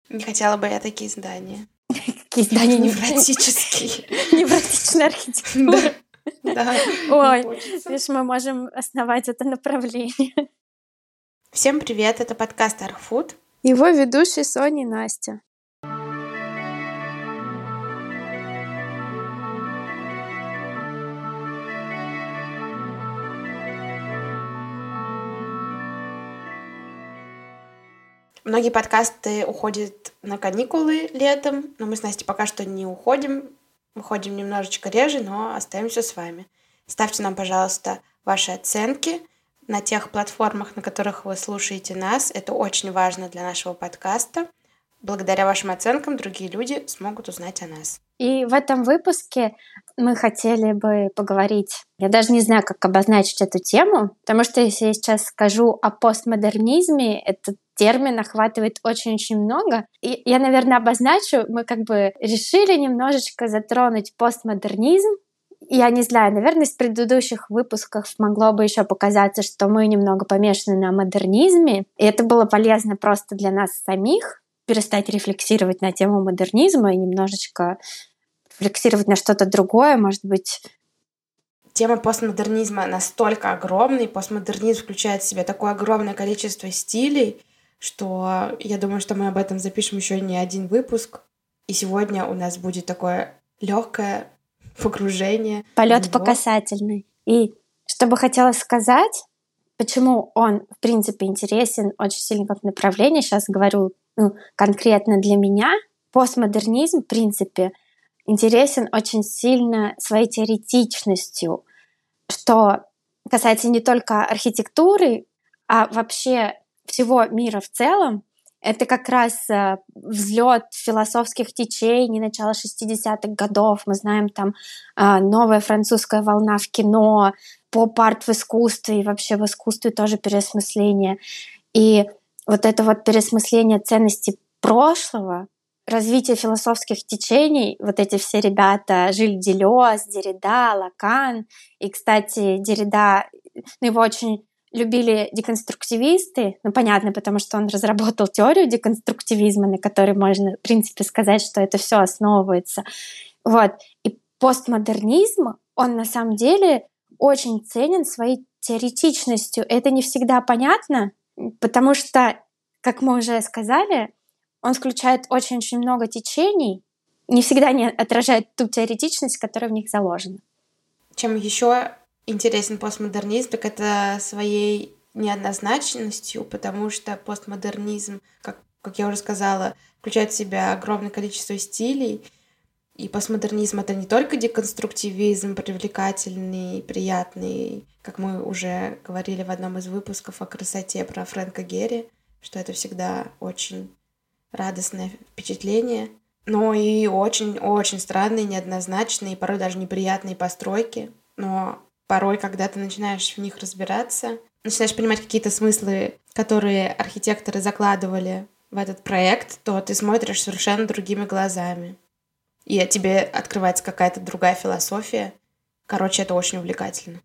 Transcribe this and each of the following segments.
Не хотела бы я такие здания. Какие здания невротические. Невротичная архитектура. Да. Ой, видишь, мы можем основать это направление. Всем привет, это подкаст Арфуд. Его ведущие Соня и Настя. Многие подкасты уходят на каникулы летом, но мы с Настей пока что не уходим. Выходим немножечко реже, но остаемся с вами. Ставьте нам, пожалуйста, ваши оценки на тех платформах, на которых вы слушаете нас. Это очень важно для нашего подкаста. Благодаря вашим оценкам другие люди смогут узнать о нас. И в этом выпуске мы хотели бы поговорить, я даже не знаю, как обозначить эту тему, потому что если я сейчас скажу о постмодернизме, этот термин охватывает очень-очень много. И я, наверное, обозначу, мы как бы решили немножечко затронуть постмодернизм. Я не знаю, наверное, из предыдущих выпусков могло бы еще показаться, что мы немного помешаны на модернизме, и это было полезно просто для нас самих, перестать рефлексировать на тему модернизма и немножечко рефлексировать на что-то другое, может быть. Тема постмодернизма настолько огромная, постмодернизм включает в себя такое огромное количество стилей, что я думаю, что мы об этом запишем еще не один выпуск. И сегодня у нас будет такое легкое погружение. Полет по касательной. И что бы хотелось сказать, почему он, в принципе, интересен очень сильно как направление, сейчас говорю конкретно для меня, постмодернизм, в принципе, интересен очень сильно своей теоретичностью, что касается не только архитектуры, а вообще всего мира в целом. Это как раз взлет философских течений начала 60-х годов. Мы знаем там новая французская волна в кино, поп-арт в искусстве и вообще в искусстве тоже переосмысление. И вот это вот переосмысление ценностей прошлого, развитие философских течений, вот эти все ребята, Жиль Делез, Деррида, Лакан. И, кстати, Деррида, его очень любили деконструктивисты, понятно, потому что он разработал теорию деконструктивизма, на которой можно, в принципе, сказать, что это все основывается. Вот. И постмодернизм, он на самом деле очень ценен своей теоретичностью. Это не всегда понятно, потому что, как мы уже сказали, он включает очень-очень много течений, не всегда не отражает ту теоретичность, которая в них заложена. Чем еще интересен постмодернизм, так это своей неоднозначностью, потому что постмодернизм, как я уже сказала, включает в себя огромное количество стилей, и постмодернизм — это не только деконструктивизм, привлекательный, приятный, как мы уже говорили в одном из выпусков о красоте про Фрэнка Герри, что это всегда очень радостное впечатление, но и очень-очень странные, неоднозначные, порой даже неприятные постройки, но порой, когда ты начинаешь в них разбираться, начинаешь понимать какие-то смыслы, которые архитекторы закладывали в этот проект, то ты смотришь совершенно другими глазами. И тебе открывается какая-то другая философия. Короче, это очень увлекательно.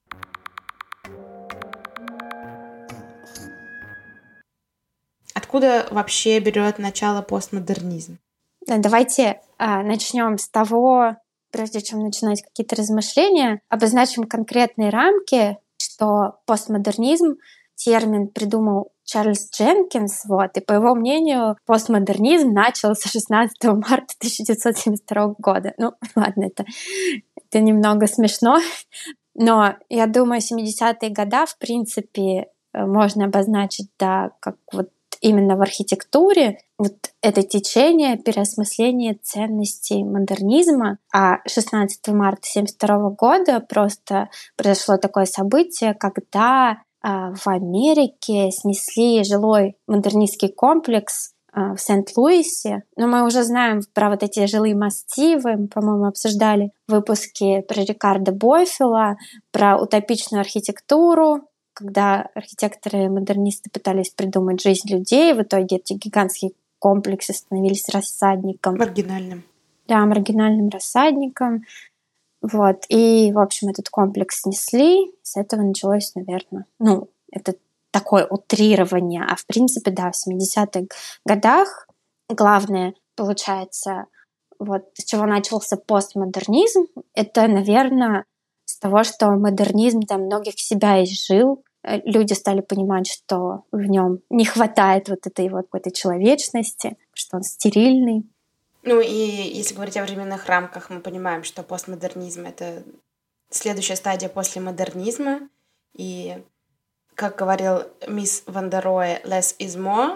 Откуда вообще берет начало постмодернизм? Давайте начнем с того, прежде чем начинать какие-то размышления, обозначим конкретные рамки, что постмодернизм термин придумал Чарльз Дженкинс, и по его мнению постмодернизм начался 16 марта 1972 года. Ладно, это немного смешно, но я думаю, 70-е годы, в принципе, можно обозначить, как именно в архитектуре это течение переосмысления ценностей модернизма. А 16 марта 1972 года просто произошло такое событие, когда в Америке снесли жилой модернистский комплекс в Сент-Луисе. Но мы уже знаем про эти жилые массивы. Мы, по-моему, обсуждали в выпуске про Рикардо Бойфела, про утопичную архитектуру, когда архитекторы-модернисты пытались придумать жизнь людей, в итоге эти гигантские комплексы становились рассадником. Маргинальным. Да, маргинальным рассадником. И, в общем, этот комплекс снесли. С этого началось, наверное, это такое утрирование. А в принципе, в 70-х годах главное, получается, вот с чего начался постмодернизм, это, наверное, с того, что модернизм там многих себя изжил. Люди стали понимать, что в нем не хватает вот этой вот какой-то человечности, что он стерильный. Ну и если говорить о временных рамках, мы понимаем, что постмодернизм — это следующая стадия после модернизма. И, как говорил мисс Ван дер Рое, less is more.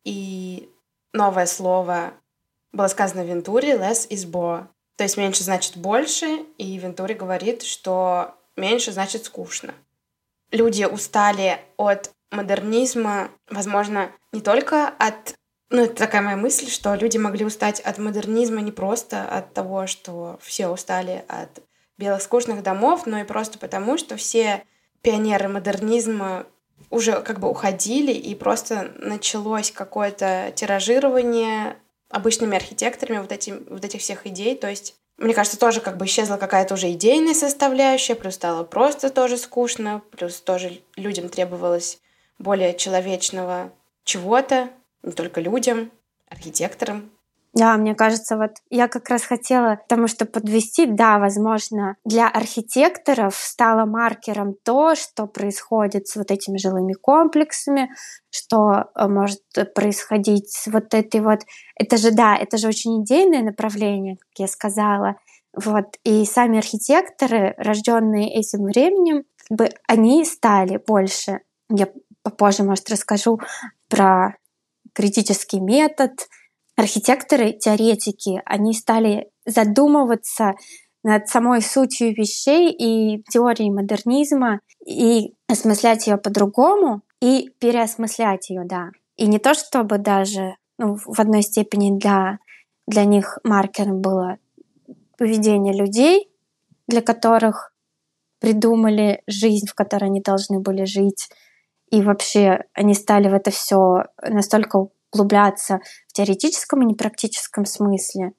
И новое слово было сказано в Вентуре, less is more. То есть меньше значит больше, и Вентури говорит, что меньше значит скучно. Люди устали от модернизма, возможно, не только от... Ну, это такая моя мысль, что люди могли устать от модернизма не просто от того, что все устали от белых скучных домов, но и просто потому, что все пионеры модернизма уже как бы уходили, и просто началось какое-то тиражирование обычными архитекторами вот этих всех идей. То есть, мне кажется, тоже как бы исчезла какая-то уже идейная составляющая, плюс стало просто тоже скучно, плюс тоже людям требовалось более человечного чего-то, не только людям, архитекторам. Да, мне кажется, вот я как раз хотела, потому что подвести, да, возможно, для архитекторов стало маркером то, что происходит с вот этими жилыми комплексами, что может происходить с вот этой вот... Это же, да, это же очень идейное направление, как я сказала. Вот. И сами архитекторы, рожденные этим временем, как бы они стали больше... Я попозже, может, расскажу про критический метод. Архитекторы, теоретики, они стали задумываться над самой сутью вещей и теорией модернизма, и осмыслять ее по-другому, и переосмыслять ее, да. И не то чтобы даже в одной степени для них маркером было поведение людей, для которых придумали жизнь, в которой они должны были жить, и вообще они стали в это все настолько углубляться в теоретическом и непрактическом смысле.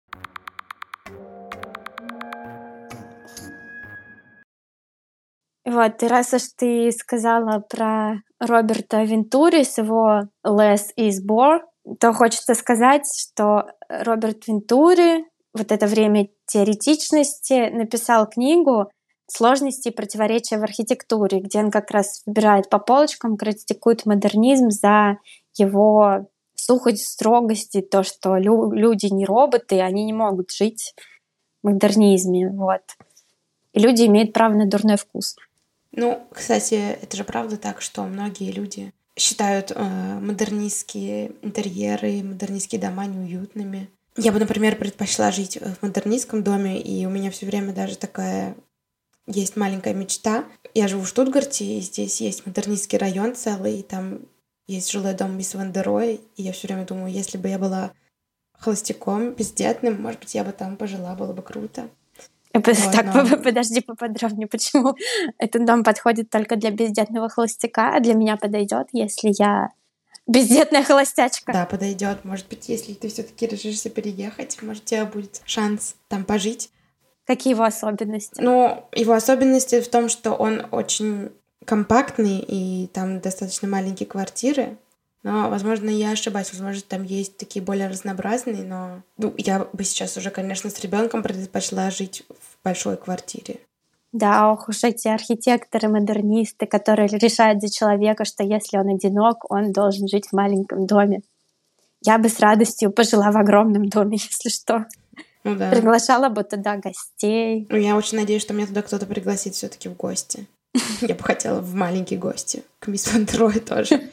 Вот, и раз уж ты сказала про Роберта Вентури с его «Less is more», то хочется сказать, что Роберт Вентури вот это время теоретичности написал книгу «Сложности и противоречия в архитектуре», где он как раз выбирает по полочкам, критикует модернизм за его сухость, строгость и то, что люди не роботы, они не могут жить в модернизме. Вот. И люди имеют право на дурной вкус. Ну, кстати, это же правда так, что многие люди считают модернистские интерьеры, модернистские дома неуютными. Я бы, например, предпочла жить в модернистском доме, и у меня все время даже такая есть маленькая мечта. Я живу в Штутгарте, и здесь есть модернистский район целый, и там есть жилой дом мисс Ван дер Рое, и я все время думаю, если бы я была холостяком, бездетным, может быть, я бы там пожила, было бы круто. Подожди поподробнее, почему этот дом подходит только для бездетного холостяка, а для меня подойдет, если я бездетная холостячка? Да, подойдет. Может быть, если ты все-таки решишься переехать, может, у тебя будет шанс там пожить. Какие его особенности? Ну, его особенности в том, что он очень компактный, и там достаточно маленькие квартиры. Но, возможно, я ошибаюсь. Возможно, там есть такие более разнообразные, но... Ну, я бы сейчас уже, конечно, с ребенком предпочла жить в большой квартире. Да, ох уж эти архитекторы, модернисты, которые решают за человека, что если он одинок, он должен жить в маленьком доме. Я бы с радостью пожила в огромном доме, если что. Ну да. Приглашала бы туда гостей. Ну, я очень надеюсь, что меня туда кто-то пригласит все-таки в гости. Я бы хотела в маленькие гости. К мисс Ван дер Рое тоже.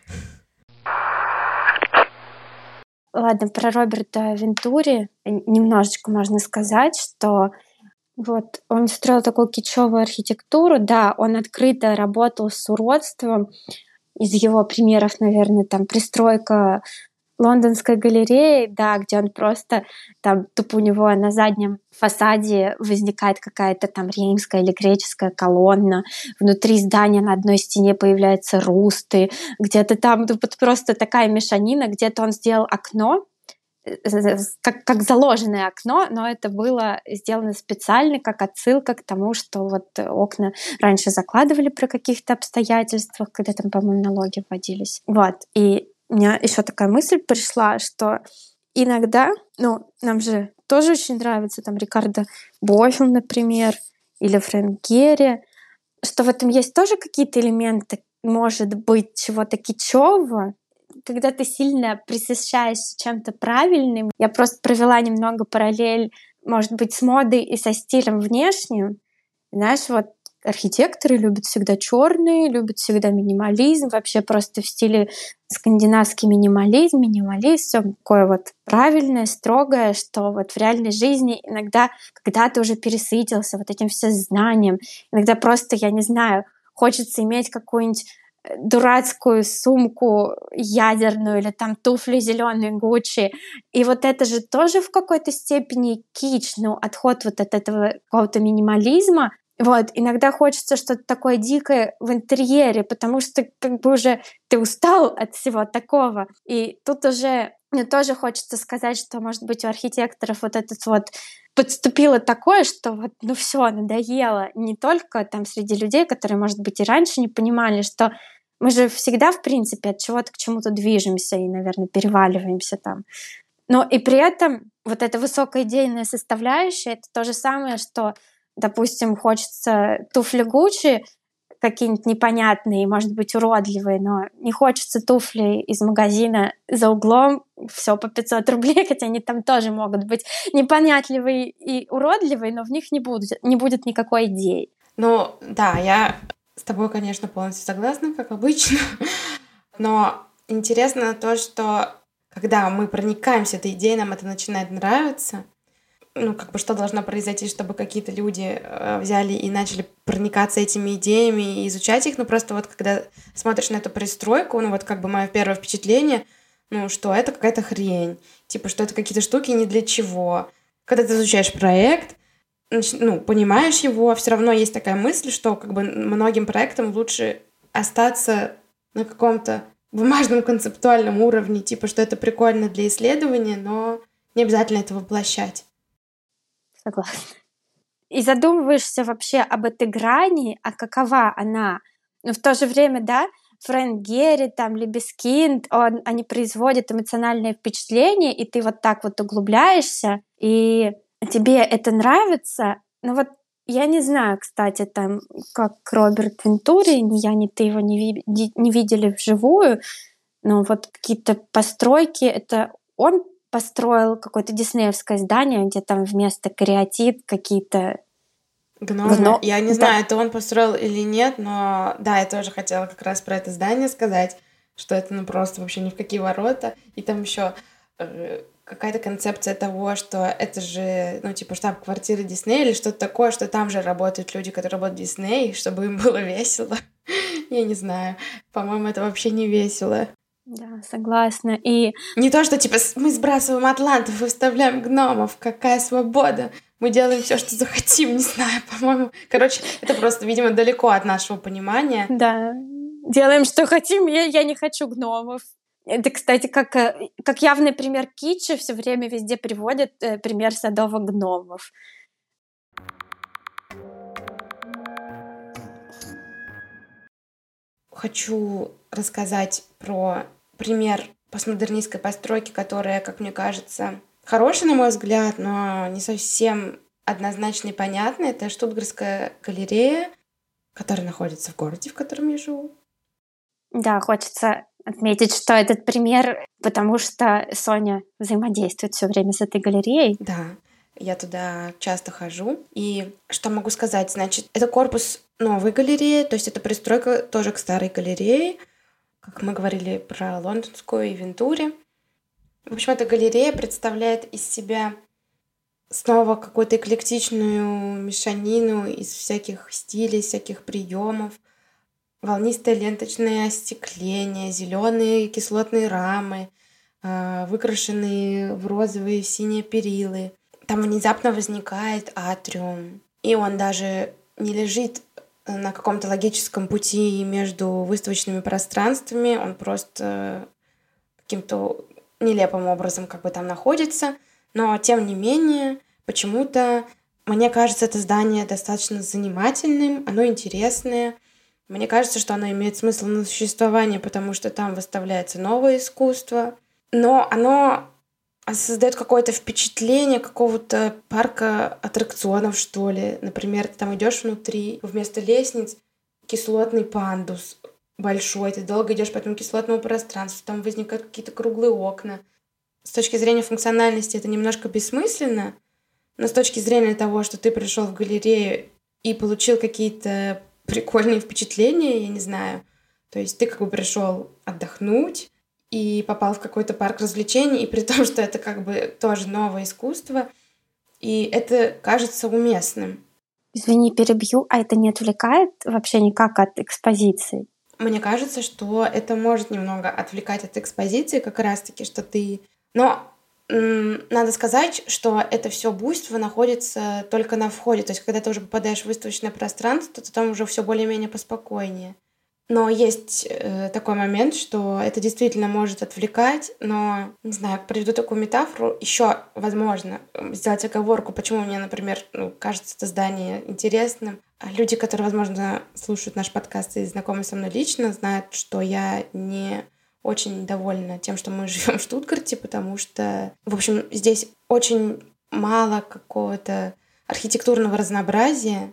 Ладно, про Роберта Вентури немножечко можно сказать, что вот он строил такую китчевую архитектуру, да, он открыто работал с уродством. Из его примеров, наверное, там пристройка Лондонской галереи, да, где он просто там тупо у него на заднем фасаде возникает какая-то там римская или греческая колонна, внутри здания на одной стене появляются русты, где-то там просто такая мешанина, где-то он сделал окно, как заложенное окно, но это было сделано специально, как отсылка к тому, что вот окна раньше закладывали при каких-то обстоятельствах, когда там, по-моему, налоги вводились. Вот. И у меня еще такая мысль пришла, что иногда, нам же тоже очень нравится там Рикардо Бофел, например, или Фрэнк Герри, что в этом есть тоже какие-то элементы, может быть, чего-то кичевого, когда ты сильно присыщаешься чем-то правильным. Я просто провела немного параллель, может быть, с модой и со стилем внешним. Знаешь, вот архитекторы любят всегда черные, любят всегда минимализм, вообще просто в стиле скандинавский минимализм, все такое вот правильное, строгое, что вот в реальной жизни иногда, когда ты уже пересытился вот этим всем знанием, иногда просто, я не знаю, хочется иметь какую-нибудь дурацкую сумку ядерную или там туфли зеленые Гуччи. И вот это же тоже в какой-то степени кич, отход вот от этого какого-то минимализма. Вот, иногда хочется что-то такое дикое в интерьере, потому что как бы уже ты устал от всего такого. И тут уже мне тоже хочется сказать, что, может быть, у архитекторов вот этот вот подступило такое, что вот, все, надоело. Не только там среди людей, которые, может быть, и раньше не понимали, что мы же всегда, в принципе, от чего-то к чему-то движемся и, наверное, переваливаемся там. Но и при этом вот эта высокоидейная составляющая — это то же самое, что, допустим, хочется туфли Гуччи какие-нибудь непонятные, может быть, уродливые, но не хочется туфли из магазина за углом, все по 500 рублей, хотя они там тоже могут быть непонятливые и уродливые, но в них не будет никакой идеи. Ну, да, я с тобой, конечно, полностью согласна, как обычно, но интересно то, что когда мы проникаемся этой идеей, нам это начинает нравиться, что должно произойти, чтобы какие-то люди взяли и начали проникаться этими идеями и изучать их. Просто вот когда смотришь на эту пристройку, мое первое впечатление, что это какая-то хрень, что это какие-то штуки ни для чего. Когда ты изучаешь проект, понимаешь его, все равно есть такая мысль, что многим проектам лучше остаться на каком-то бумажном концептуальном уровне, что это прикольно для исследования, но не обязательно это воплощать. Согласна. И задумываешься вообще об этой грани, а какова она. Но в то же время, да, Фрэнк Герри, Либескинд, они производят эмоциональное впечатление, и ты вот так вот углубляешься, и тебе это нравится. Я не знаю, кстати, как Роберт Вентури, ни я, ни ты его не видели вживую, но вот какие-то постройки, это он построил какое-то диснеевское здание, где вместо кариатид какие-то гномы. Я не знаю, это он построил или нет, но да, я тоже хотела как раз про это здание сказать, что это просто вообще ни в какие ворота. И там еще какая-то концепция того, что это же, штаб-квартира Диснея или что-то такое, что там же работают люди, которые работают в Дисней, чтобы им было весело. Я не знаю. По-моему, это вообще не весело. Да, согласна. И не то, что мы сбрасываем атлантов и вставляем гномов. Какая свобода. Мы делаем все, что захотим, не знаю, по-моему. Это просто, видимо, далеко от нашего понимания. Да, делаем, что хотим, я не хочу гномов. Это, кстати, как явный пример китча все время везде приводят пример садовых гномов. Хочу рассказать про пример постмодернистской постройки, которая, как мне кажется, хорошая, на мой взгляд, но не совсем однозначно и понятно. Это Штутгарская галерея, которая находится в городе, в котором я живу. Да, хочется отметить, что этот пример, потому что Соня взаимодействует все время с этой галереей. Да, я туда часто хожу. И что могу сказать? Значит, это корпус новой галереи, то есть это пристройка тоже к старой галерее, как мы говорили про лондонскую и Вентури. В общем, эта галерея представляет из себя снова какую-то эклектичную мешанину из всяких стилей, всяких приемов. Волнистое ленточное остекление, зеленые кислотные рамы, выкрашенные в розовые и синие перилы. Там внезапно возникает атриум. И он даже не лежит на каком-то логическом пути между выставочными пространствами. Он просто каким-то нелепым образом там находится. Но, тем не менее, почему-то, мне кажется, это здание достаточно занимательным, оно интересное. Мне кажется, что оно имеет смысл на существование, потому что там выставляется новое искусство, но оно создает какое-то впечатление какого-то парка аттракционов, что ли. Например, ты там идешь внутри, вместо лестниц кислотный пандус большой, ты долго идешь по этому кислотному пространству, там возникают какие-то круглые окна. С точки зрения функциональности это немножко бессмысленно, но с точки зрения того, что ты пришел в галерею и получил какие-то прикольные впечатления, я не знаю, то есть ты как бы пришел отдохнуть и попал в какой-то парк развлечений, и при том, что это как бы тоже новое искусство, и это кажется уместным. Извини, перебью, а это не отвлекает вообще никак от экспозиции? Мне кажется, что это может немного отвлекать от экспозиции, как раз-таки, что ты... Но надо сказать, что это все буйство находится только на входе. То есть, когда ты уже попадаешь в выставочное пространство, то там уже все более-менее поспокойнее. Но есть такой момент, что это действительно может отвлекать, но, не знаю, приведу такую метафору, еще возможно сделать оговорку, почему мне, например, кажется это здание интересным. Люди, которые, возможно, слушают наш подкаст и знакомы со мной лично, знают, что я не очень довольна тем, что мы живем в Штутгарте, потому что, в общем, здесь очень мало какого-то архитектурного разнообразия,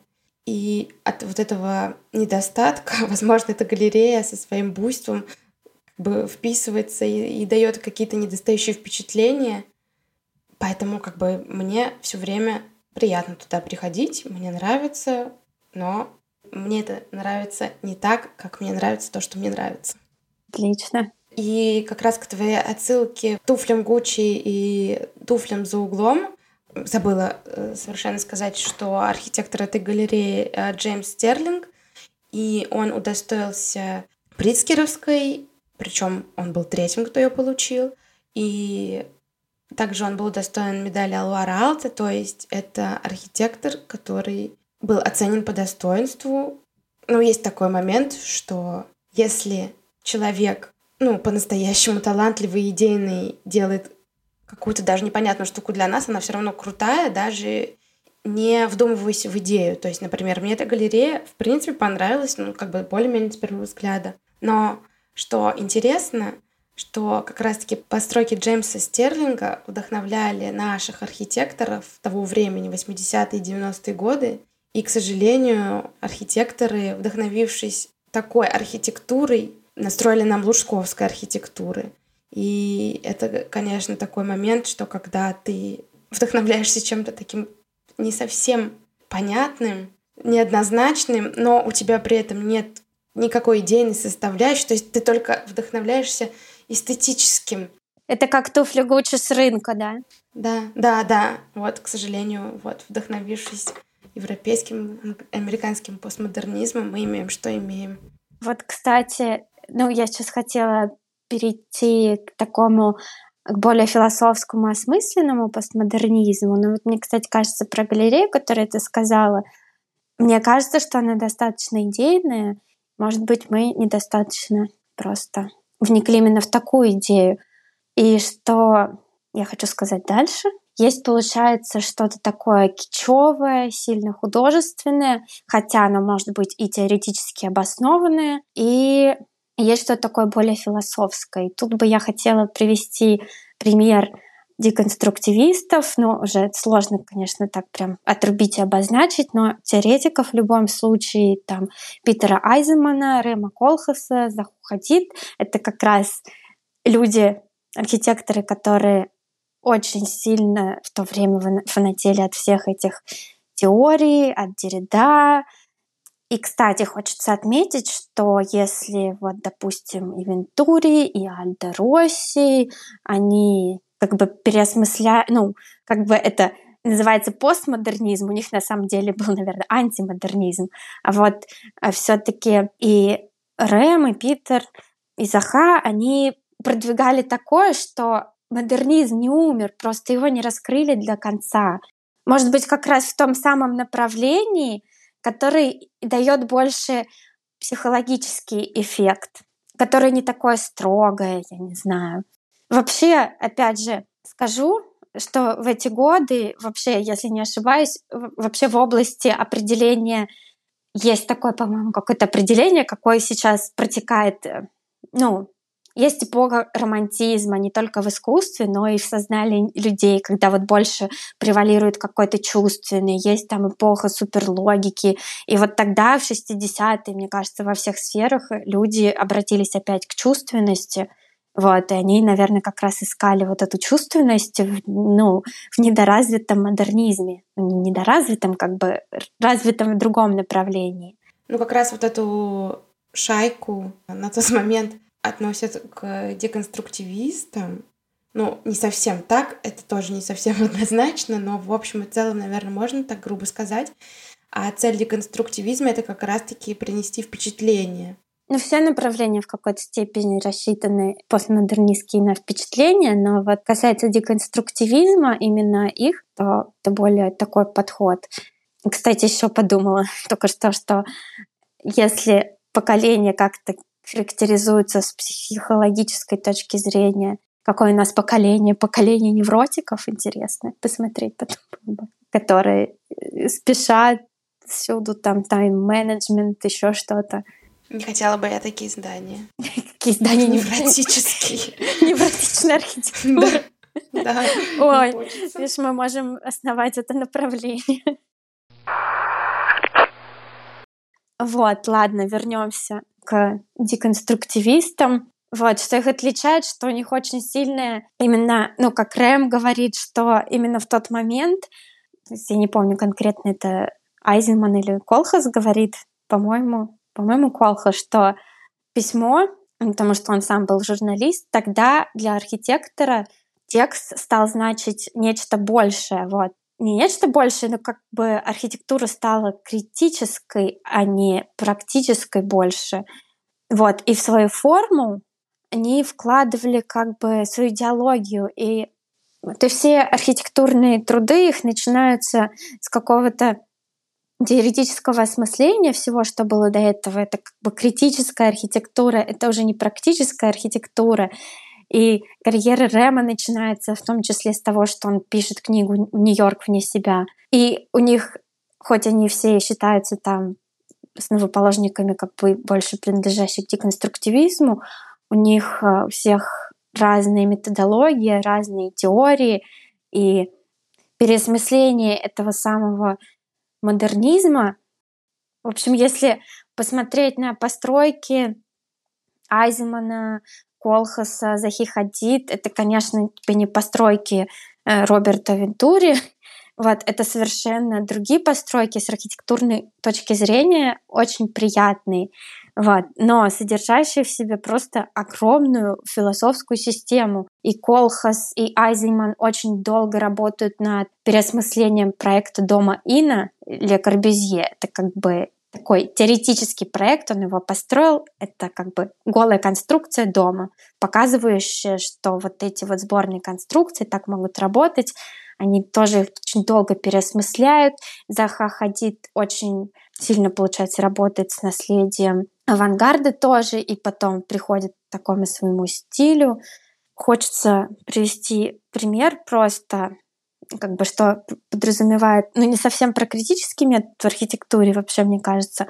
и от вот этого недостатка, возможно, эта галерея со своим буйством как бы вписывается и дает какие-то недостающие впечатления. Поэтому как бы мне все время приятно туда приходить, мне нравится, но мне это нравится не так, как мне нравится то, что мне нравится. Отлично. И как раз к твоей отсылке к туфлям Гуччи и туфлям за углом забыла совершенно сказать, что архитектор этой галереи Джеймс Стерлинг, и он удостоился Прицкеровской, причем он был третьим, кто ее получил, и также он был удостоен медали Алвара Алта, то есть это архитектор, который был оценен по достоинству. Но есть такой момент, что если человек, по-настоящему талантливый, идейный, делает какую-то даже непонятную штуку для нас, она все равно крутая, даже не вдумываясь в идею. То есть, например, мне эта галерея, в принципе, понравилась, более-менее с первого взгляда. Но что интересно, что как раз-таки постройки Джеймса Стерлинга вдохновляли наших архитекторов того времени, 80-е и 90-е годы. И, к сожалению, архитекторы, вдохновившись такой архитектурой, настроили нам лужковской архитектуры. И это, конечно, такой момент, что когда ты вдохновляешься чем-то таким не совсем понятным, неоднозначным, но у тебя при этом нет никакой идейной составляющей, то есть ты только вдохновляешься эстетическим. Это как туфли Гуччи с рынка, да? Да. Вот, к сожалению, вдохновившись европейским, американским постмодернизмом, мы имеем, что имеем. Вот, кстати, я сейчас хотела перейти к такому, к более философскому, осмысленному постмодернизму. Но вот мне, кстати, кажется, про галерею, которую ты сказала, мне кажется, что она достаточно идейная. Может быть, мы недостаточно просто вникли именно в такую идею. И что я хочу сказать дальше? Есть, получается, что-то такое кичевое, сильно художественное, хотя оно может быть и теоретически обоснованное, и есть что-то такое более философское. И тут бы я хотела привести пример деконструктивистов, уже сложно, конечно, так прям отрубить и обозначить, но теоретиков в любом случае, там, Питера Айзенмана, Рема Колхаса, Заху Хадид, это как раз люди, архитекторы, которые очень сильно в то время фанатели от всех этих теорий, от Деррида. И, кстати, хочется отметить, что если, допустим, и Вентури, и Альдо Росси, они как бы переосмысляют, это называется постмодернизм, у них на самом деле был, наверное, антимодернизм. А все-таки и Рэм, и Питер, и Заха, они продвигали такое, что модернизм не умер, просто его не раскрыли до конца. Может быть, как раз в том самом направлении, который дает больше психологический эффект, который не такое строгое, я не знаю. Вообще, опять же, скажу, что в эти годы, вообще, если не ошибаюсь, вообще в области определения есть такое, по-моему, какое-то определение, какое сейчас протекает, есть эпоха романтизма не только в искусстве, но и в сознании людей, когда вот больше превалирует какой-то чувственный, есть там эпоха суперлогики. И вот тогда, в 60-е, мне кажется, во всех сферах люди обратились опять к чувственности. Вот, и они, наверное, как раз искали вот эту чувственность в недоразвитом модернизме. Не недоразвитом, как бы развитом в другом направлении. Как раз вот эту шайку на тот момент относят к деконструктивистам. Не совсем так, это тоже не совсем однозначно, но в общем и целом, наверное, можно так грубо сказать. А цель деконструктивизма — это как раз-таки принести впечатление. Все направления в какой-то степени рассчитаны постмодернистские на впечатления, но вот касается деконструктивизма, именно их, то это более такой подход. Кстати, еще подумала только что если поколение как-то характеризуется с психологической точки зрения, какое у нас поколение невротиков, интересно посмотреть потом, которые спешат всюду, там тайм-менеджмент, еще что-то. Не хотела бы я такие здания. Какие здания невротические. Невротичная архитектура. Да. Ой, видишь, мы можем основать это направление. Вот, ладно, вернемся к деконструктивистам. Вот, что их отличает, что у них очень сильное именно, как Рэм говорит, что именно в тот момент, я не помню конкретно, это Айзенман или Колхас говорит, по-моему, Колхас, что письмо, потому что он сам был журналист, тогда для архитектора текст стал значить нечто большее, вот. Не нечто большее, но как бы архитектура стала критической, а не практической больше. Вот. И в свою форму они вкладывали как бы свою идеологию. И все архитектурные труды, их начинаются с какого-то теоретического осмысления всего, что было до этого. Это как бы критическая архитектура, это уже не практическая архитектура. И карьера Рэма начинается в том числе с того, что он пишет книгу «Нью-Йорк вне себя». И у них, хоть они все считаются там основоположниками как бы больше принадлежащих к деконструктивизму, у них у всех разные методологии, разные теории, и переосмысление этого самого модернизма. В общем, если посмотреть на постройки Айзенмана, Колхаса, Захи Хадид, это, конечно, не постройки Роберта Вентури, вот, это совершенно другие постройки с архитектурной точки зрения, очень приятные, вот, но содержащие в себе просто огромную философскую систему. И Колхас, и Айзенман очень долго работают над переосмыслением проекта дома Ина Ле Корбюзье. Это как бы такой теоретический проект, он его построил. Это как бы голая конструкция дома, показывающая, что вот эти вот сборные конструкции так могут работать. Они тоже их очень долго переосмысляют. Заха Хадид очень сильно, получается, работает с наследием авангарда тоже, и потом приходит к такому своему стилю. Хочется привести пример просто, как бы что подразумевает, не совсем про критический метод в архитектуре, вообще, мне кажется,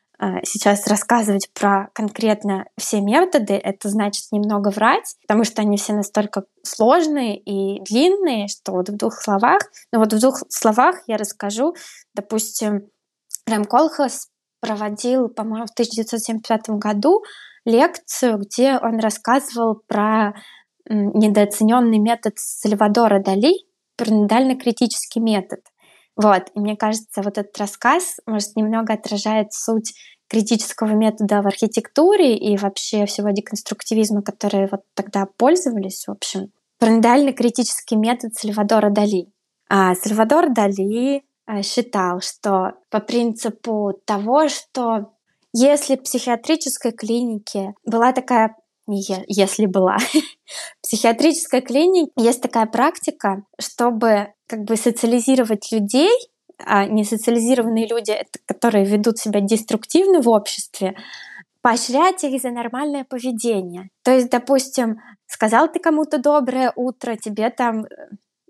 сейчас рассказывать про конкретно все методы, это значит немного врать, потому что они все настолько сложные и длинные, что вот в двух словах, в двух словах я расскажу, допустим, Рэм Колхас проводил, по-моему, в 1975 году лекцию, где он рассказывал про недооцененный метод Сальвадора Дали, параноидально-критический метод. Вот. И мне кажется, вот этот рассказ, может, немного отражает суть критического метода в архитектуре и вообще всего деконструктивизма, которые вот тогда пользовались. В общем, параноидально-критический метод Сальвадора Дали. Сальвадор Дали считал, что по принципу того, что если в психиатрической клинике была такая если была. В психиатрической клинике есть такая практика, чтобы как бы социализировать людей, а несоциализированные люди — это которые ведут себя деструктивно в обществе, поощрять их за нормальное поведение. То есть, допустим, сказал ты кому-то доброе утро, тебе там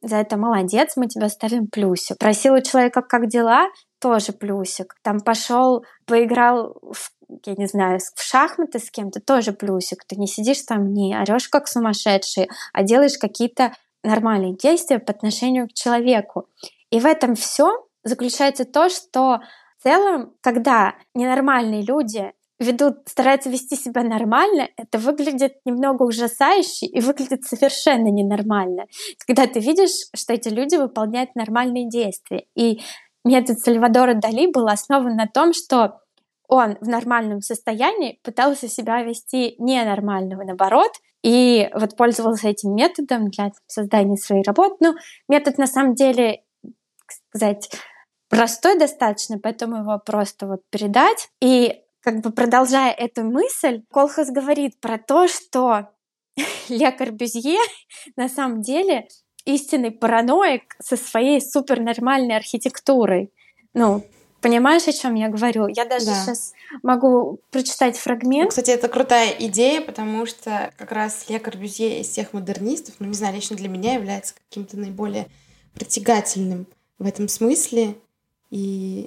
за это молодец, мы тебе ставим плюсик. Просил у человека, как дела, тоже плюсик. Там пошел, поиграл я не знаю, в шахматы с кем-то, тоже плюсик. Ты не сидишь там, не орешь как сумасшедший, а делаешь какие-то нормальные действия по отношению к человеку. И в этом все заключается то, что в целом, когда ненормальные люди стараются вести себя нормально, это выглядит немного ужасающе и выглядит совершенно ненормально. Когда ты видишь, что эти люди выполняют нормальные действия. И метод Сальвадора Дали был основан на том, что он в нормальном состоянии пытался себя вести ненормального, наоборот, и вот пользовался этим методом для создания своей работы. Ну, метод на самом деле, сказать, простой достаточно, поэтому его просто вот передать. И как бы продолжая эту мысль, Колхас говорит про то, что Ле Корбюзье на самом деле истинный параноик со своей супернормальной архитектурой. Ну, понимаешь, о чем я говорю? Я даже сейчас могу прочитать фрагмент. Кстати, это крутая идея, потому что как раз Ле Корбюзье из всех модернистов, ну, не знаю, лично для меня является каким-то наиболее притягательным в этом смысле. И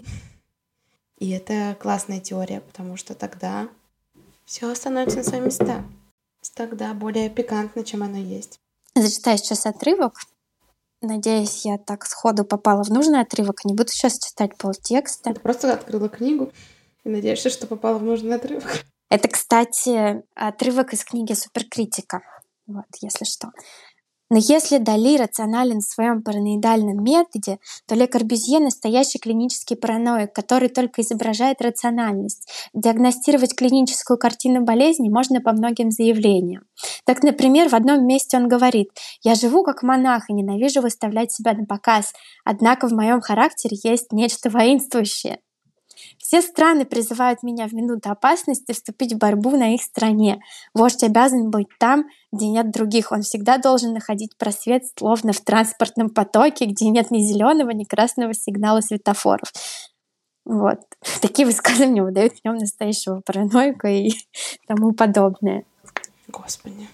это классная теория, потому что тогда все становится на свои места. Тогда более пикантно, чем оно есть. Зачитаю сейчас отрывок. Надеюсь, я так сходу попала в нужный отрывок. Не буду сейчас читать полтекста. Ты просто открыла книгу и надеешься, что попала в нужный отрывок. Это, кстати, отрывок из книги «Суперкритика». Вот, если что. Но если Дали рационален в своем параноидальном методе, то Ле Корбюзье — настоящий клинический параноик, который только изображает рациональность. Диагностировать клиническую картину болезни можно по многим заявлениям. Так, например, в одном месте он говорит: «Я живу как монах и ненавижу выставлять себя на показ, однако в моем характере есть нечто воинствующее. Все страны призывают меня в минуту опасности вступить в борьбу на их стороне. Вождь обязан быть там, где нет других. Он всегда должен находить просвет, словно в транспортном потоке, где нет ни зеленого, ни красного сигнала светофоров». Вот. Такие высказывания выдают в нем настоящего параноика и тому подобное. Господи.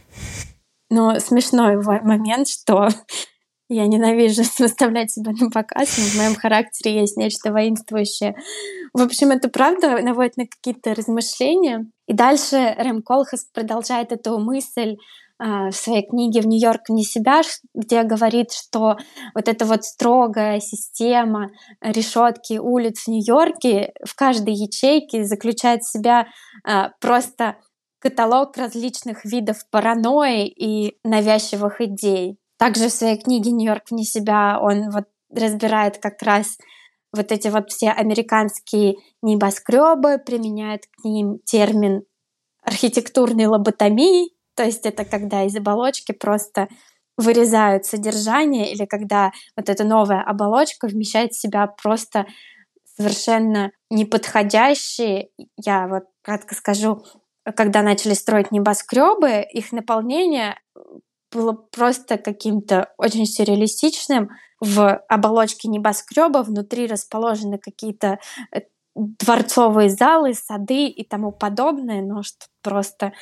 Но смешной момент, что я ненавижу выставлять себя на показ, но в моем характере есть нечто воинствующее. В общем, это правда наводит на какие-то размышления. И дальше Рэм Колхас продолжает эту мысль в своей книге «В Нью-Йорк вне себя», где говорит, что вот эта вот строгая система решетки улиц в Нью-Йорке в каждой ячейке заключает в себя просто каталог различных видов паранойи и навязчивых идей. Также в своей книге «Нью-Йорк вне себя» он вот разбирает как раз вот эти вот все американские небоскребы, применяет к ним термин архитектурной лоботомии, то есть это когда из оболочки просто вырезают содержание, или когда вот эта новая оболочка вмещает в себя просто совершенно неподходящие, я вот кратко скажу, когда начали строить небоскребы, их наполнение было просто каким-то очень сюрреалистичным. В оболочке небоскреба внутри расположены какие-то дворцовые залы, сады и тому подобное, но что просто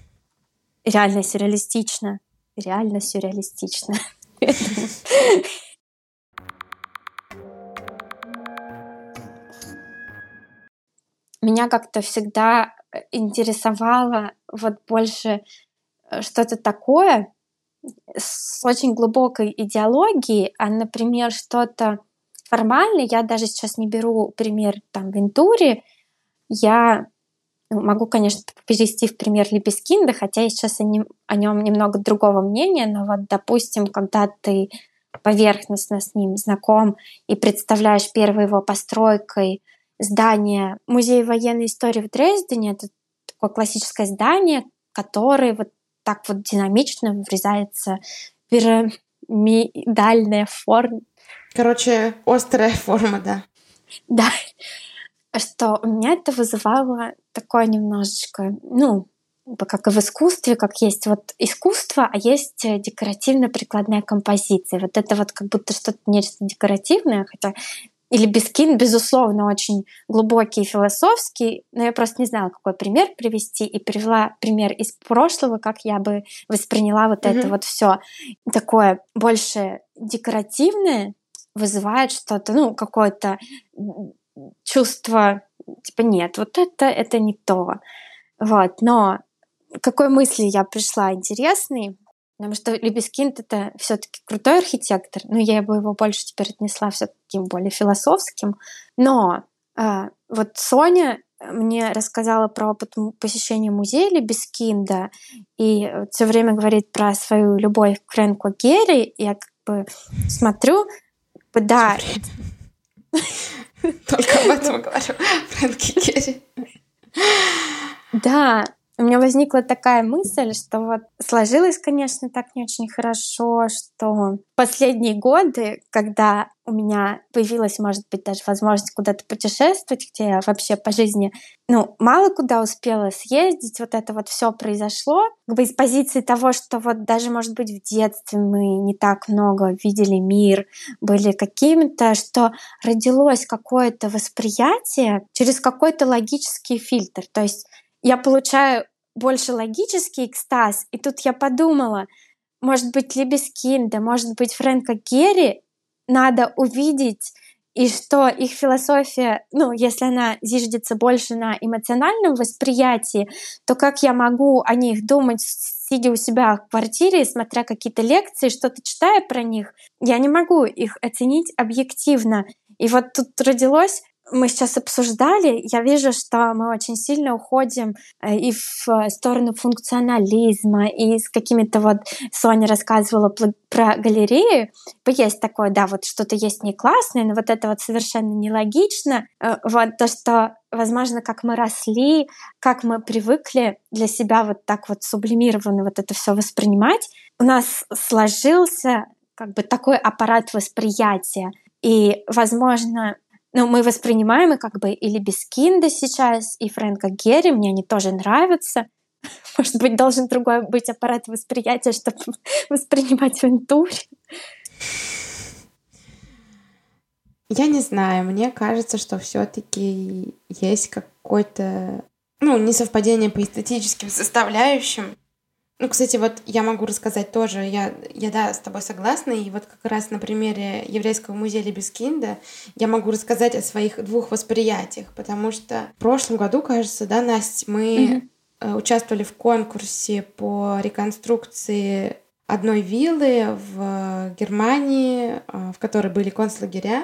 реально сюрреалистично. Реально сюрреалистично. Меня как-то всегда интересовало вот больше что-то такое с очень глубокой идеологией, а, например, что-то формальное. Я даже сейчас не беру пример там Вентури. Я могу, конечно, перевести в пример Либескинда, хотя я сейчас о нем немного другого мнения, но вот, допустим, когда ты поверхностно с ним знаком и представляешь первой его постройкой здание Музея военной истории в Дрездене, это такое классическое здание, которое вот так вот динамично врезается в пирамидальная форма. Короче, острая форма, да. Да. Что у меня это вызывало такое немножечко, как и в искусстве, как есть вот искусство, а есть декоративно-прикладная композиция. Вот это вот как будто что-то нечто декоративное, хотя И Либескин, безусловно, очень глубокий и философский, но я просто не знала, какой пример привести, и привела пример из прошлого, как я бы восприняла вот это вот все такое больше декоративное, вызывает что-то, ну, какое-то чувство, типа, нет, вот это не то. Вот, но к какой мысли я пришла интересной, потому что Либескинд — это все таки крутой архитектор, но я бы его больше теперь отнесла все таки более философским. Но вот Соня мне рассказала про опыт посещения музея Либескинда и все время говорит про свою любовь к Фрэнку Герри. Я как бы смотрю, да. Только об этом говорю, Фрэнки Герри. Да, у меня возникла такая мысль, что вот сложилось, конечно, так не очень хорошо, что последние годы, когда у меня появилась, может быть, даже возможность куда-то путешествовать, где я вообще по жизни, ну, мало куда успела съездить, вот это вот все произошло, как бы из позиции того, что вот даже, может быть, в детстве мы не так много видели мир, были какими-то, что родилось какое-то восприятие через какой-то логический фильтр. То есть я получаю больше логический экстаз, и тут я подумала, может быть, Либескинда, может быть, Фрэнка Герри надо увидеть, и что их философия, ну, если она зиждется больше на эмоциональном восприятии, то как я могу о них думать, сидя у себя в квартире, смотря какие-то лекции, что-то читая про них, я не могу их оценить объективно. И вот тут родилось, мы сейчас обсуждали, я вижу, что мы очень сильно уходим и в сторону функционализма, и с какими-то вот... Соня рассказывала про галерею. Есть такое, да, вот что-то есть не классное, но вот это вот совершенно нелогично. Вот то, что, возможно, как мы росли, как мы привыкли для себя вот так вот сублимированно вот это все воспринимать, у нас сложился как бы такой аппарат восприятия. И, возможно, ну, мы воспринимаем и как бы и Либескинда сейчас, и Фрэнка Герри, мне они тоже нравятся. Может быть, должен другой быть аппарат восприятия, чтобы воспринимать Вентури. Я не знаю, мне кажется, что все-таки есть какое-то, ну, несовпадение по эстетическим составляющим. Ну, кстати, вот я могу рассказать тоже, я да, с тобой согласна, и вот как раз на примере Еврейского музея Либескинда я могу рассказать о своих двух восприятиях, потому что в прошлом году, кажется, да, Настя, мы участвовали в конкурсе по реконструкции одной виллы в Германии, в которой были концлагеря,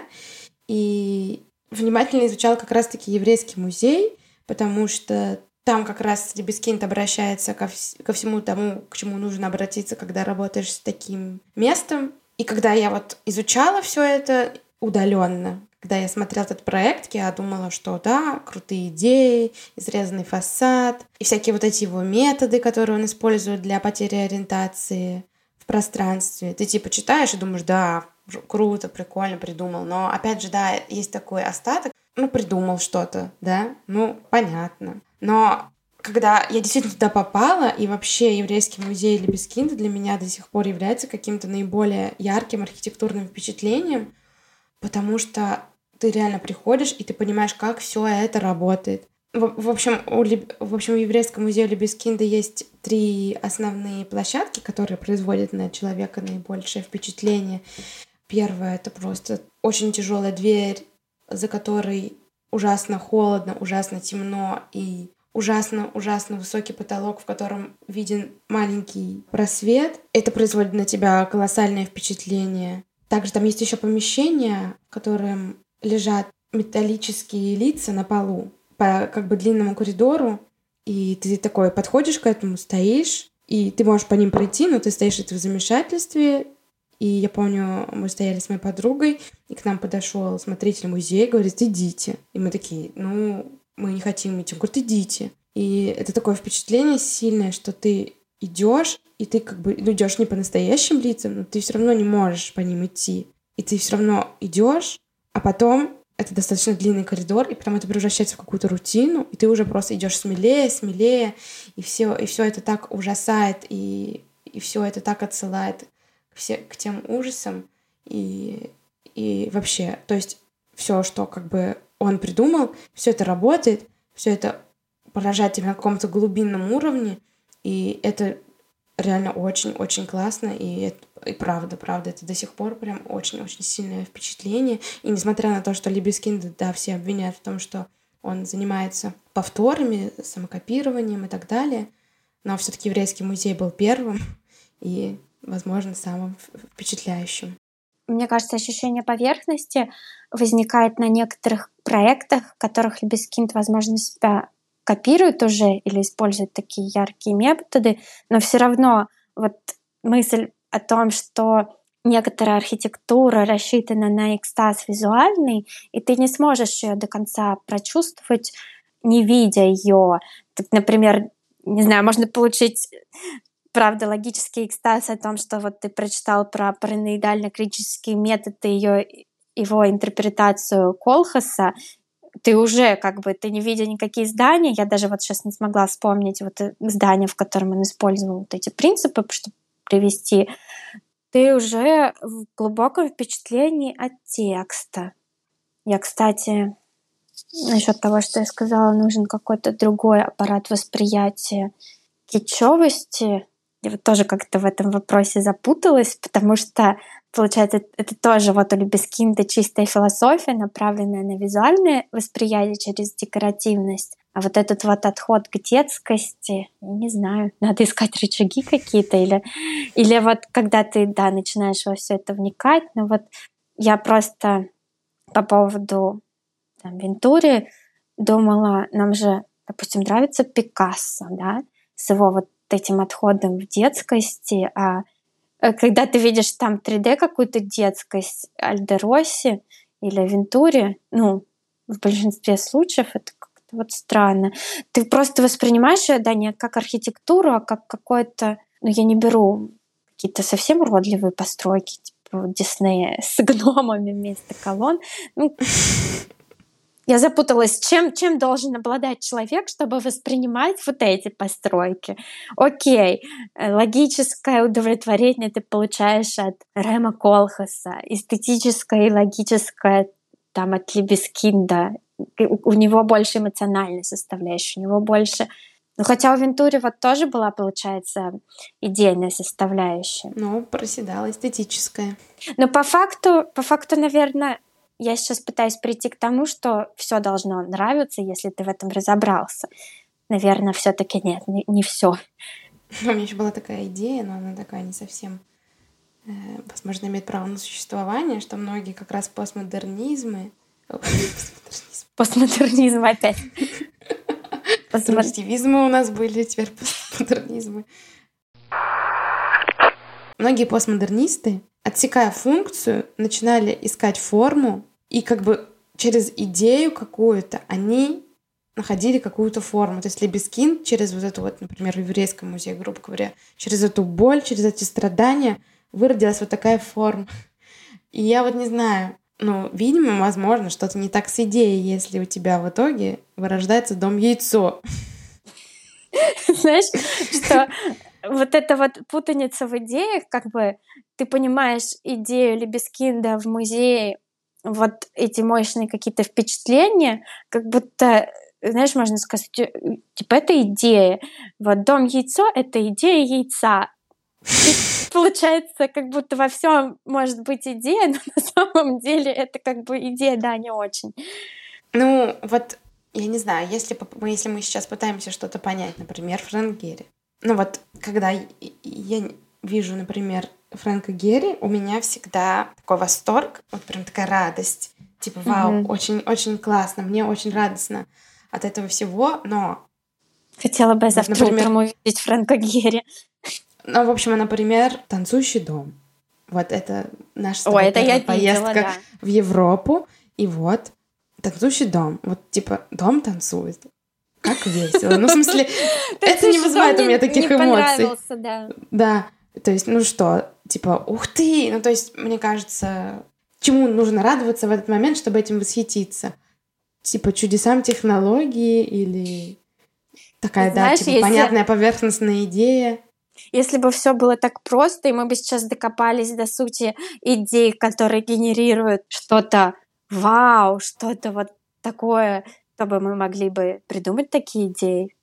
и внимательно изучала как раз-таки Еврейский музей, потому что там как раз Либескинд обращается ко всему тому, к чему нужно обратиться, когда работаешь с таким местом. И когда я вот изучала все это удаленно, когда я смотрела этот проект, я думала, что да, крутые идеи, изрезанный фасад и всякие вот эти его методы, которые он использует для потери ориентации в пространстве. Ты типа читаешь и думаешь, да, круто, прикольно придумал. Но опять же, да, есть такой остаток. Ну, придумал что-то, да, ну, понятно. Но когда я действительно туда попала, и вообще Еврейский музей Либескинда для меня до сих пор является каким-то наиболее ярким архитектурным впечатлением, потому что ты реально приходишь, и ты понимаешь, как все это работает. В общем, у Еврейского музея Либескинда есть 3 основные площадки, которые производят на человека наибольшее впечатление. Первое — это просто очень тяжелая дверь, за которой ужасно холодно, ужасно темно и ужасно высокий потолок, в котором виден маленький просвет. Это производит на тебя колоссальное впечатление. Также там есть еще помещение, в котором лежат металлические лица на полу по как бы длинному коридору, и ты такой подходишь к этому, стоишь, и ты можешь по ним пройти, но ты стоишь в замешательстве. И я помню, мы стояли с моей подругой, и к нам подошел смотритель музея, говорит, идите. И мы такие, ну, мы не хотим идти. Он говорит, идите. И это такое впечатление сильное, что ты идешь, и ты как бы идешь не по настоящим лицам, но ты все равно не можешь по ним идти. И ты все равно идешь, а потом это достаточно длинный коридор, и потом это превращается в какую-то рутину, и ты уже просто идешь смелее, и все это так ужасает, и все это так отсылает к тем ужасам, и вообще, то есть все, что как бы он придумал, все это работает, все это поражает тебя на каком-то глубинном уровне, и это реально очень-очень классно, и правда, это до сих пор прям очень-очень сильное впечатление. И несмотря на то, что Либескинд, да, все обвиняют в том, что он занимается повторами, самокопированием и так далее, но все-таки еврейский музей был первым и, возможно, самым впечатляющим. Мне кажется, ощущение поверхности возникает на некоторых проектах, в которых Либескинд, возможно, себя копирует уже или использует такие яркие методы, но все равно вот мысль о том, что некоторая архитектура рассчитана на экстаз визуальный, и ты не сможешь ее до конца прочувствовать, не видя ее. Так, например, не знаю, можно получить, правда, логический экстаз о том, что вот ты прочитал про параноидально-критические методы, его интерпретацию Колхаса, ты уже ты не видя никакие здания, я даже вот сейчас не смогла вспомнить вот здание, в котором он использовал вот эти принципы, чтобы привести, ты уже в глубоком впечатлении от текста. Я, кстати, насчет того, что я сказала, нужен какой-то другой аппарат восприятия китчевости. Я вот тоже как-то в этом вопросе запуталась, потому что, получается, это тоже вот у Либескинда чистая философия, направленная на визуальное восприятие через декоративность. А вот этот вот отход к детскости, я не знаю, надо искать рычаги какие-то, или вот когда ты, да, начинаешь во все это вникать, но вот я просто по поводу Вентури думала, нам же, допустим, нравится Пикассо, да, с его вот этим отходом в детскости, а когда ты видишь там 3D какую-то детскость Альдероси или Вентури, в большинстве случаев это как-то вот странно. Ты просто воспринимаешь ее, да, не как архитектуру, а как какое-то... я не беру какие-то совсем уродливые постройки, типа Диснея с гномами вместо колонн. Я запуталась, чем должен обладать человек, чтобы воспринимать вот эти постройки. Окей, логическое удовлетворение ты получаешь от Рема Колхаса, эстетическое и логическое от Либескинда. У него больше эмоциональной составляющей, у него больше... хотя у Вентури вот тоже была, получается, идейная составляющая. Проседала эстетическая. Но по факту, наверное, я сейчас пытаюсь прийти к тому, что все должно нравиться, если ты в этом разобрался. Наверное, все-таки нет, не все. У меня еще была такая идея, но она такая не совсем, возможно, имеет право на существование, что многие как раз постмодернизм опять. Конструктивизмы у нас были, теперь постмодернизмы. Многие постмодернисты, отсекая функцию, начинали искать форму, и через идею какую-то они находили какую-то форму. То есть Либескинд через вот эту вот, например, в еврейском музее, грубо говоря, через эту боль, через эти страдания выродилась вот такая форма. И я вот не знаю, видимо, возможно, что-то не так с идеей, если у тебя в итоге вырождается дом-яйцо. Знаешь, что вот эта вот путаница в идеях, ты понимаешь идею Либескинда в музее, вот эти мощные какие-то впечатления, как будто, знаешь, можно сказать, типа, это идея. Вот дом-яйцо — это идея яйца. И получается, как будто во всем может быть идея, но на самом деле это идея, да, не очень. Я не знаю, если мы сейчас пытаемся что-то понять, например, Фрэнк Герри. Когда я вижу, например, Фрэнка Герри, у меня всегда такой восторг, вот прям такая радость. Типа, вау, очень-очень классно, мне очень радостно от этого всего, но... Хотела бы завтра утром увидеть Фрэнка Герри. В общем, например, «Танцующий дом». Вот это наша с тобой первая поездка в Европу. И вот «Танцующий дом». Вот типа дом танцует. Как весело. В смысле, это не вызывает у меня таких эмоций. Да. То есть, типа, ух ты! То есть, мне кажется, чему нужно радоваться в этот момент, чтобы этим восхититься? Типа, чудесам технологии или такая, понятная поверхностная идея? Если бы все было так просто, и мы бы сейчас докопались до сути идей, которые генерируют что-то вау, что-то вот такое, чтобы мы могли бы придумать такие идеи.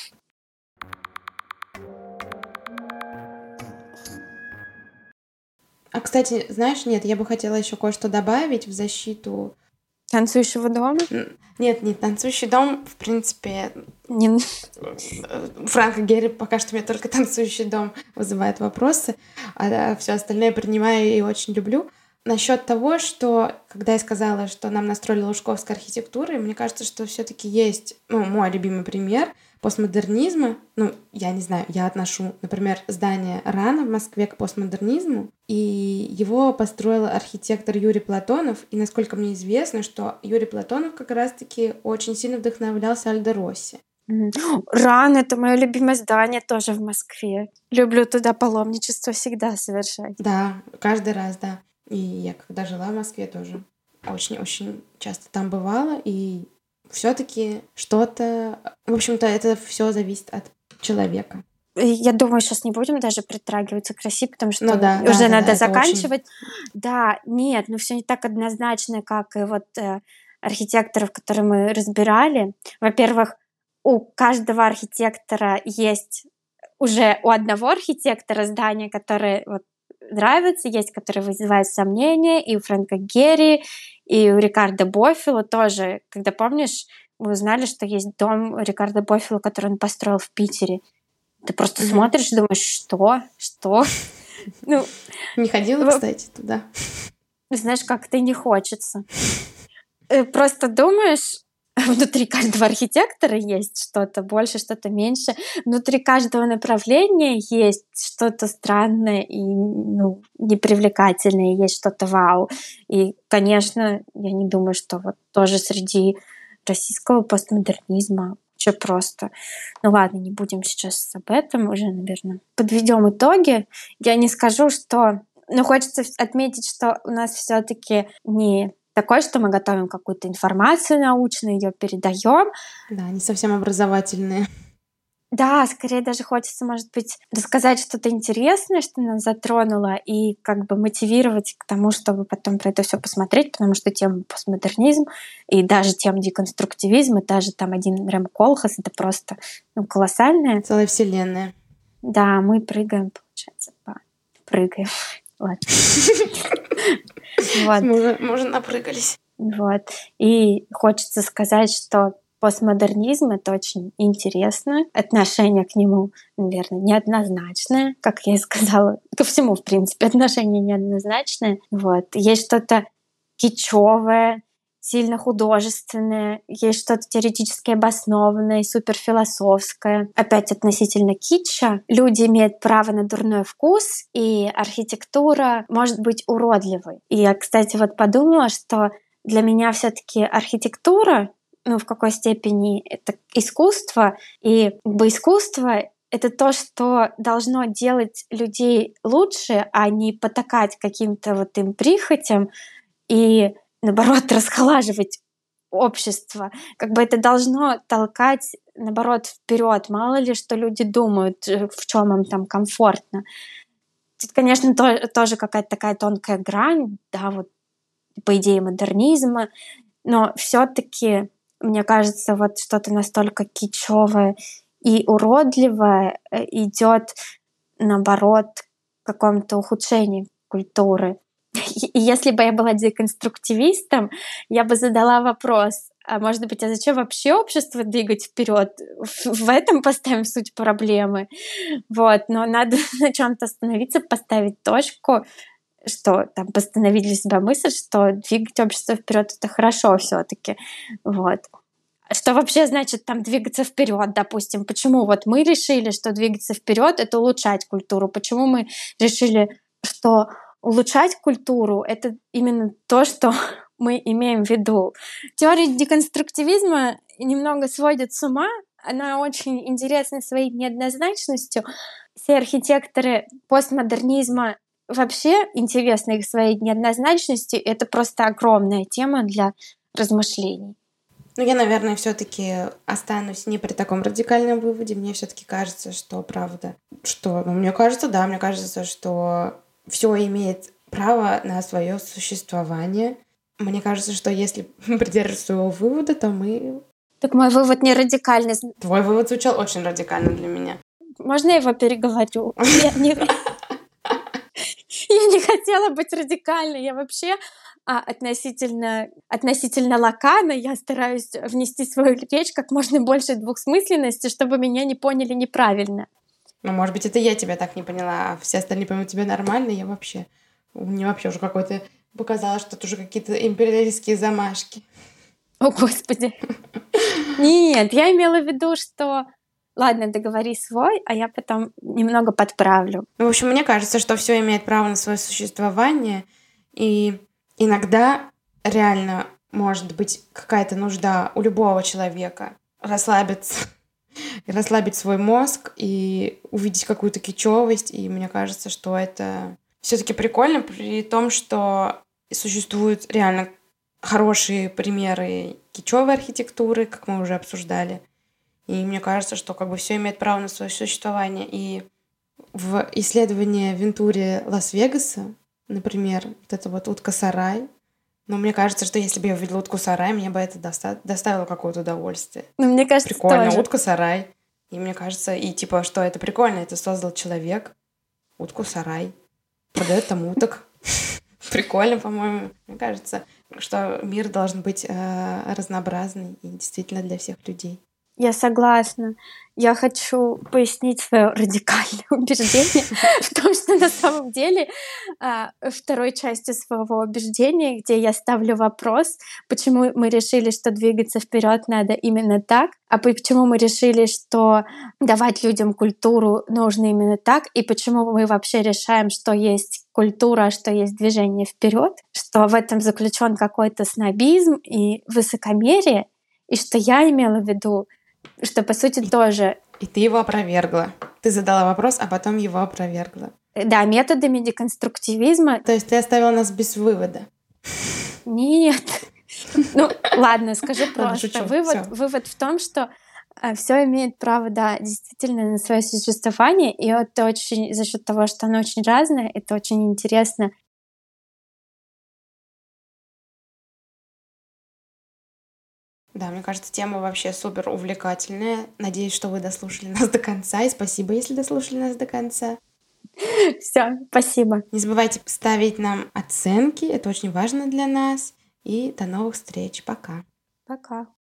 А, кстати, знаешь, нет, я бы хотела еще кое-что добавить в защиту. Танцующего дома? Нет, танцующий дом, в принципе, Не... Франк и Герри пока что мне только танцующий дом вызывает вопросы, а все остальное принимаю и очень люблю. Насчет того, что когда я сказала, что нам настроили лужковской архитектуры, мне кажется, что все-таки есть, мой любимый пример постмодернизма. Я не знаю, я отношу, например, здание РАНа в Москве к постмодернизму, и его построил архитектор Юрий Платонов, и насколько мне известно, что Юрий Платонов как раз-таки очень сильно вдохновлялся Альдо Росси. РАН — это мое любимое здание тоже в Москве. Люблю туда паломничество всегда совершать. Да, каждый раз, да. И я когда жила в Москве тоже очень-очень часто там бывала, и все-таки что-то... В общем-то, это все зависит от человека. Я думаю, сейчас не будем даже притрагиваться к России, потому что да, уже надо да, заканчивать. Да, нет, все не так однозначно, как и вот архитекторов, которые мы разбирали. Во-первых, у каждого архитектора есть уже у одного архитектора здание, которое вот нравится, есть, которые вызывают сомнения, и у Фрэнка Герри, и у Рикардо Боффило тоже. Когда, помнишь, мы узнали, что есть дом Рикардо Боффило, который он построил в Питере. Ты просто смотришь и думаешь, что? Не ходила, кстати, туда. Знаешь, как-то не хочется. Просто думаешь, внутри каждого архитектора есть что-то больше, что-то меньше. Внутри каждого направления есть что-то странное и непривлекательное, есть что-то вау. И, конечно, я не думаю, что вот тоже среди российского постмодернизма все просто. Ладно, не будем сейчас об этом уже, наверное. Подведем итоги. Я не скажу, что... хочется отметить, что у нас все-таки не такое, что мы готовим какую-то информацию научную, ее передаем. Да, не совсем образовательные. Да, скорее даже хочется, может быть, рассказать что-то интересное, что нас затронуло, и как бы мотивировать к тому, чтобы потом про это все посмотреть, потому что тема постмодернизм и даже тема деконструктивизм, и даже там один Рэм Колхас — это просто колоссальная. Целая вселенная. Да, мы прыгаем, получается, прыгаем. Мы уже напрыгались. И хочется сказать, что постмодернизм — это очень интересно. Отношение к нему, наверное, неоднозначное. Как я и сказала, ко всему, в принципе, отношение неоднозначное. Есть что-то кичевое, сильно художественное, есть что-то теоретически обоснованное и суперфилософское. Опять относительно китча. Люди имеют право на дурной вкус, и архитектура может быть уродливой. И я, кстати, подумала, что для меня все-таки архитектура, в какой степени это искусство, и искусство — это то, что должно делать людей лучше, а не потакать каким-то им прихотям и, наоборот, расхолаживать общество. Это должно толкать, наоборот, вперед. Мало ли, что люди думают, в чем им там комфортно. Тут, конечно, тоже какая-то такая тонкая грань, да, по идее модернизма, но все-таки, мне кажется, что-то настолько кичевое и уродливое идет, наоборот, к какому-то ухудшению культуры. И если бы я была деконструктивистом, я бы задала вопрос: а может быть, а зачем вообще общество двигать вперед? В этом поставим суть проблемы. Но надо на чем-то остановиться, поставить точку, что там постановить для себя мысль, что двигать общество вперед — это хорошо все-таки. Что вообще значит там двигаться вперед, допустим? Почему мы решили, что двигаться вперед — это улучшать культуру? Почему мы решили, что улучшать культуру — это именно то, что мы имеем в виду? Теория деконструктивизма немного сводит с ума. Она очень интересна своей неоднозначностью. Все архитекторы постмодернизма вообще интересны их своей неоднозначностью. Это просто огромная тема для размышлений. Я, наверное, все-таки останусь не при таком радикальном выводе. Мне все-таки кажется, что правда. Мне кажется, что все имеет право на свое существование. Мне кажется, что если придерживаться своего вывода, то мы... Так мой вывод не радикальный. Твой вывод звучал очень радикально для меня. Можно я его переговорю? Я не хотела быть радикальной. Я вообще относительно локально я стараюсь внести в свою речь как можно больше двухсмысленности, чтобы меня не поняли неправильно. Ну, может быть, это я тебя так не поняла, а все остальные поймут тебя нормально, я вообще... Мне вообще уже какой-то... Показалось, что это уже какие-то империалистские замашки. О, Господи. Нет, я имела в виду, что... Ладно, договори свой, а я потом немного подправлю. Ну, в общем, мне кажется, что все имеет право на свое существование, и иногда реально может быть какая-то нужда у любого человека расслабиться, расслабить свой мозг и увидеть какую-то кичевость. И мне кажется, что это все-таки прикольно, при том, что существуют реально хорошие примеры кичевой архитектуры, как мы уже обсуждали. И мне кажется, что как бы все имеет право на свое существование. И в исследовании Вентури Лас-Вегаса, например, вот эта вот утка-сарай, но мне кажется, что если бы я увидела утку-сарай, мне бы это доставило какое-то удовольствие. Ну, мне кажется, прикольно, тоже. Утка-сарай. И мне кажется, и типа, что это прикольно, это создал человек, утку-сарай, продает там уток. Прикольно, по-моему. Мне кажется, что мир должен быть разнообразный и действительно для всех людей. Я согласна. Я хочу пояснить свое радикальное убеждение в том, что на самом деле второй частью своего убеждения, где я ставлю вопрос, почему мы решили, что двигаться вперед надо именно так, а почему мы решили, что давать людям культуру нужно именно так, и почему мы вообще решаем, что есть культура, а что есть движение вперед, что в этом заключен какой-то снобизм и высокомерие, и что я имела в виду, что, по сути, тоже... И ты его опровергла. Ты задала вопрос, а потом его опровергла. Да, методами деконструктивизма. То есть ты оставила нас без вывода? Нет. Ну, ладно, скажу просто. Шучу. Вывод в том, что все имеет право, да, действительно на свое существование, и это очень, за счет того, что оно очень разное, это очень интересно. Да, мне кажется, тема вообще супер увлекательная. Надеюсь, что вы дослушали нас до конца. И спасибо, если дослушали нас до конца. Все, спасибо. Не забывайте ставить нам оценки. Это очень важно для нас. И до новых встреч. Пока. Пока.